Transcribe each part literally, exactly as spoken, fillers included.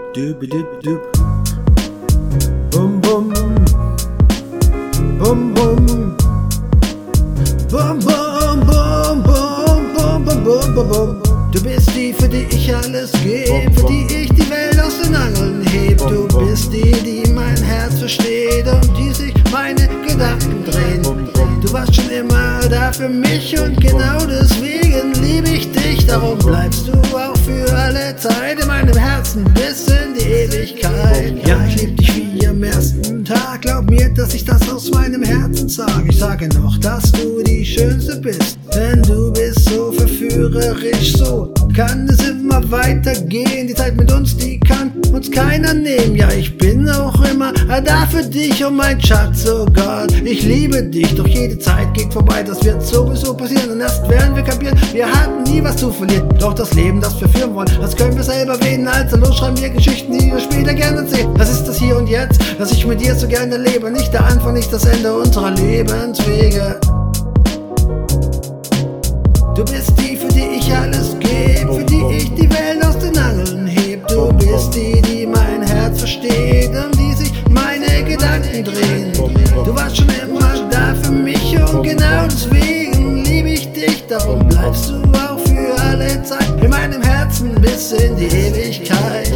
Dub-dub-dub. Bum bum. Bum bum. Bum bum bum bum bum bum bum bum bum. Du bist die, für die ich alles geb, für die ich die Welt aus den Angeln heb. Du bist die, die mein Herz versteht, um die sich meine Gedanken drehen. Du warst schon immer da für mich und genau deswegen lieb ich dich. Darum bleibst du auch für alle Zeit in meinem Herzen bis in die Ewigkeit. Ja, ich lieb dich wie am ersten Tag. Glaub mir, dass ich das aus meinem Herzen sage. Ich sage noch, dass du die Schönste bist, denn du bist so verführerisch. So kann es immer weitergehen. Die Zeit mit uns, die kann uns keiner nehmen. Ja, ich bin auch immer da für dich, oh mein Schatz, oh Gott. Ich liebe dich, doch jede Zeit geht vorbei. Das wird sowieso passieren und erst werden wir kapieren, wir hatten nie was zu verlieren. Doch das Leben, das wir führen wollen, das können wir selber wählen. Also los, schreiben wir Geschichten, die wir später gerne erzählen. Das ist das Hier und Jetzt, das ich mit dir so gerne lebe. Nicht der Anfang, nicht das Ende unserer Lebenswege. Du bist die, für die ich alles geb, für die ich die Welt aus den Angeln heb. Du bist die, die mein Herz versteht, um die sich meine Gedanken drehen. Du warst schon immer da für mich und genau deswegen lieb ich dich. Darum bleibst du auch für alle Zeit in meinem Herzen bis in die Ewigkeit.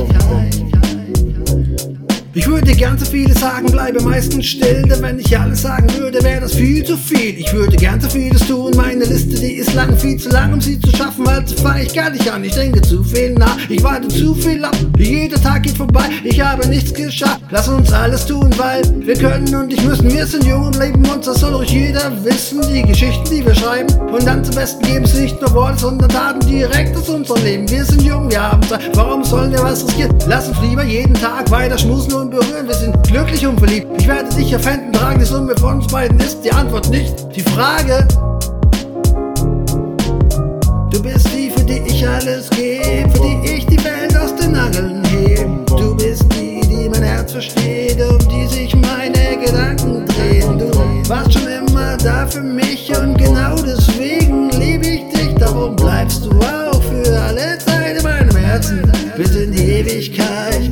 Ich würde gern so viele sagen, bleibe meistens still, denn wenn ich alles sagen würde, wäre das viel zu viel. Ich würde gern so vieles tun, meine Liste, die ist lang, viel zu lang, um sie zu schaffen, also fang ich gar nicht an. Ich denke zu viel nach, ich warte zu viel ab, jeder Tag geht vorbei, ich habe nichts geschafft. Lass uns alles tun, weil wir können und ich müssen, wir sind jung und leben uns, das soll doch jeder wissen. Die Geschichten, die wir schreiben und dann zum Besten geben sie nicht nur Worte, sondern Taten direkt aus unserem Leben. Wir sind jung, wir haben Zeit, warum sollen wir was riskieren? Lass uns lieber jeden Tag weiter schmusen und berühren, wir sind glücklich und verliebt. Ich werde dich auf Händen tragen, die Summe von uns beiden ist die Antwort nicht die Frage. Du bist die, für die ich alles geb, für die ich die Welt aus den Angeln heb. Du bist die, die mein Herz versteht, um die sich meine Gedanken drehen. Du warst schon immer da für mich und genau deswegen lieb ich dich. Darum bleibst du auch für alle Zeit in meinem Herzen bis in die Ewigkeit.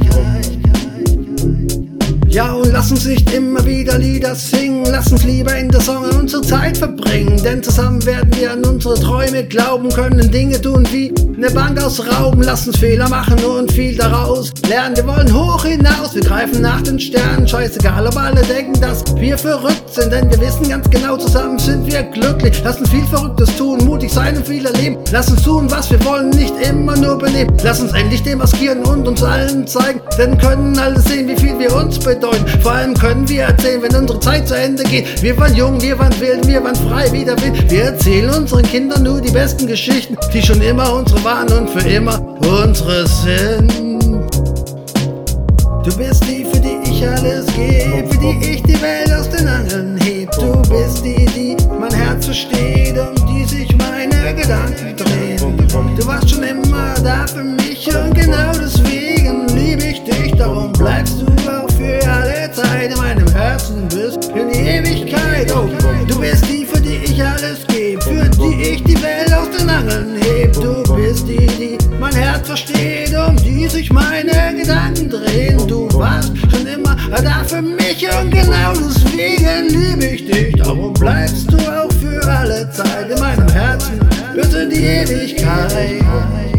Ja, und lass uns nicht immer wieder Lieder singen, lass uns lieber in der Sonne unsere Zeit verbringen, denn zusammen werden wir an unsere Träume glauben, können Dinge tun wie eine Bank ausrauben. Lass uns Fehler machen und viel daraus lernen, wir wollen hoch hinaus, wir greifen nach den Sternen, scheißegal ob alle denken, dass wir verrückt sind, denn wir wissen ganz genau, zusammen sind wir glücklich. Lass uns viel Verrücktes tun, mutig sein und viel erleben, lass uns tun, was wir wollen, nicht immer nur benehmen. Lass uns endlich demaskieren und uns allen zeigen, denn können alle sehen, wie viel wir uns bedeuten. Vor allem können wir erzählen, wenn unsere Zeit zu Ende geht. Wir waren jung, wir waren wild, wir waren frei wie der Wind. Wir erzählen unseren Kindern nur die besten Geschichten, die schon immer unsere waren und für immer unsere sind. Du bist die, für die ich alles geb, für die ich die Welt aus den Angeln heb. Du bist die, die mein Herz versteht, um die sich meine Gedanken drehen. Du warst schon immer da für mich und genau deswegen lieb ich dich. Darum bleibst du auch für alle Zeit in meinem Herzen bis in die Ewigkeit. Oh, du bist die, für die ich alles geb, für die ich die Welt aus den Angeln heb. Du bist die, die mein Herz versteht, um die sich meine Gedanken drehen. Du warst schon immer da für mich und genau deswegen lieb ich dich. Darum bleibst du auch für alle Zeit in meinem Herzen bis in die Ewigkeit.